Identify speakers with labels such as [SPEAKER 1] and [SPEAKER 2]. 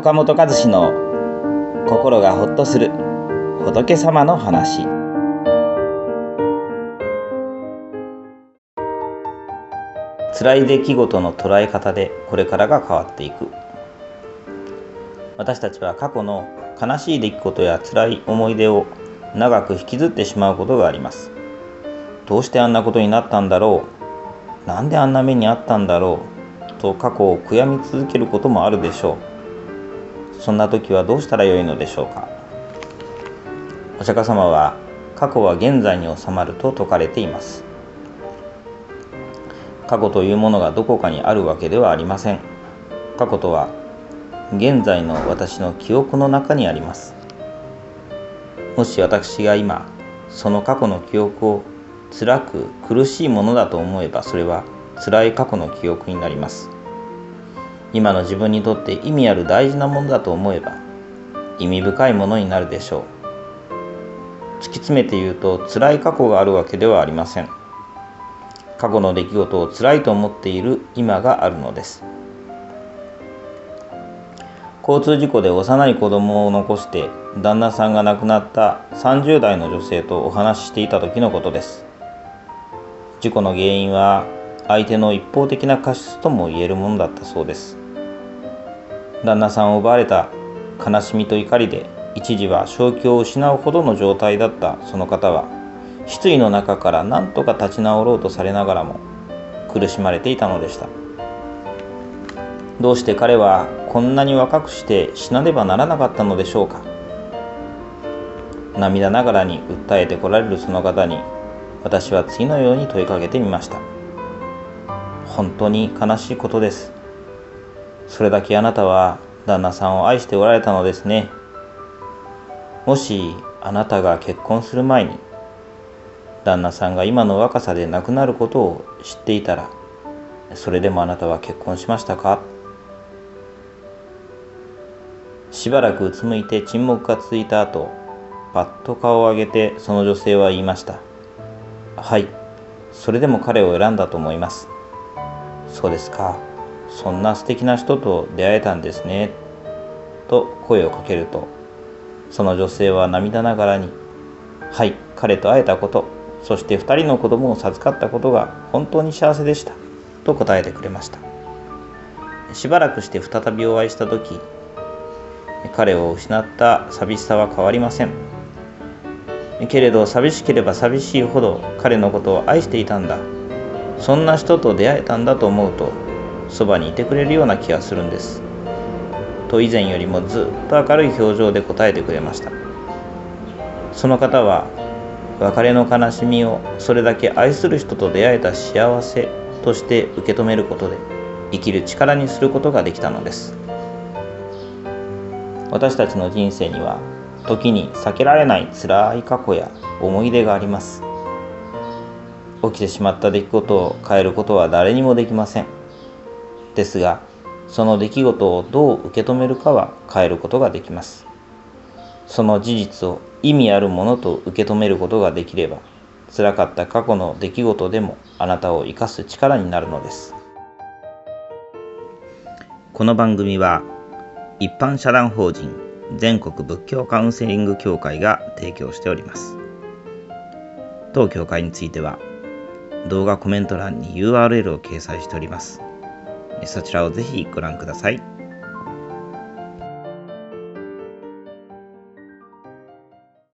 [SPEAKER 1] 岡本和志の心がほっとする仏様の話。辛い出来事の捉え方でこれからが変わっていく。私たちは過去の悲しい出来事や辛い思い出を長く引きずってしまうことがあります。どうしてあんなことになったんだろう、なんであんな目にあったんだろうと過去を悔やみ続けることもあるでしょう。そんな時はどうしたらよいのでしょうか。お釈迦様は過去は現在に収まると説かれています。過去というものがどこかにあるわけではありません。過去とは現在の私の記憶の中にあります。もし私が今その過去の記憶を辛く苦しいものだと思えば、それは辛い過去の記憶になります。今の自分にとって意味ある大事なものだと思えば意味深いものになるでしょう。突き詰めて言うと、辛い過去があるわけではありません。過去の出来事を辛いと思っている今があるのです。交通事故で幼い子供を残して旦那さんが亡くなった30代の女性とお話ししていた時のことです。事故の原因は相手の一方的な過失とも言えるものだったそうです。旦那さんを奪われた悲しみと怒りで一時は正気を失うほどの状態だったその方は、失意の中から何とか立ち直ろうとされながらも苦しまれていたのでした。どうして彼はこんなに若くして死なねばならなかったのでしょうか。涙ながらに訴えてこられるその方に、私は次のように問いかけてみました。本当に悲しいことです。それだけあなたは旦那さんを愛しておられたのですね。もしあなたが結婚する前に旦那さんが今の若さで亡くなることを知っていたら、それでもあなたは結婚しましたか。しばらくうつむいて沈黙が続いた後、パッと顔を上げてその女性は言いました。はい、それでも彼を選んだと思います。そうですか、そんな素敵な人と出会えたんですね、と声をかけると、その女性は涙ながらに、はい、彼と会えたこと、そして2人の子供を授かったことが本当に幸せでした、と答えてくれました。しばらくして再びお会いした時、彼を失った寂しさは変わりません。けれど寂しければ寂しいほど彼のことを愛していたんだ、そんな人と出会えたんだと思うと、そばにいてくれるような気がするんです、と以前よりもずっと明るい表情で答えてくれました。その方は別れの悲しみをそれだけ愛する人と出会えた幸せとして受け止めることで生きる力にすることができたのです。私たちの人生には時に避けられない辛い過去や思い出があります。起きてしまった出来事を変えることは誰にもできません。ですが、その出来事をどう受け止めるかは変えることができます。その事実を意味あるものと受け止めることができれば、辛かった過去の出来事でもあなたを生かす力になるのです。この番組は一般社団法人全国仏教カウンセリング協会が提供しております。当協会については動画コメント欄に URL を掲載しております。そちらをぜひご覧ください。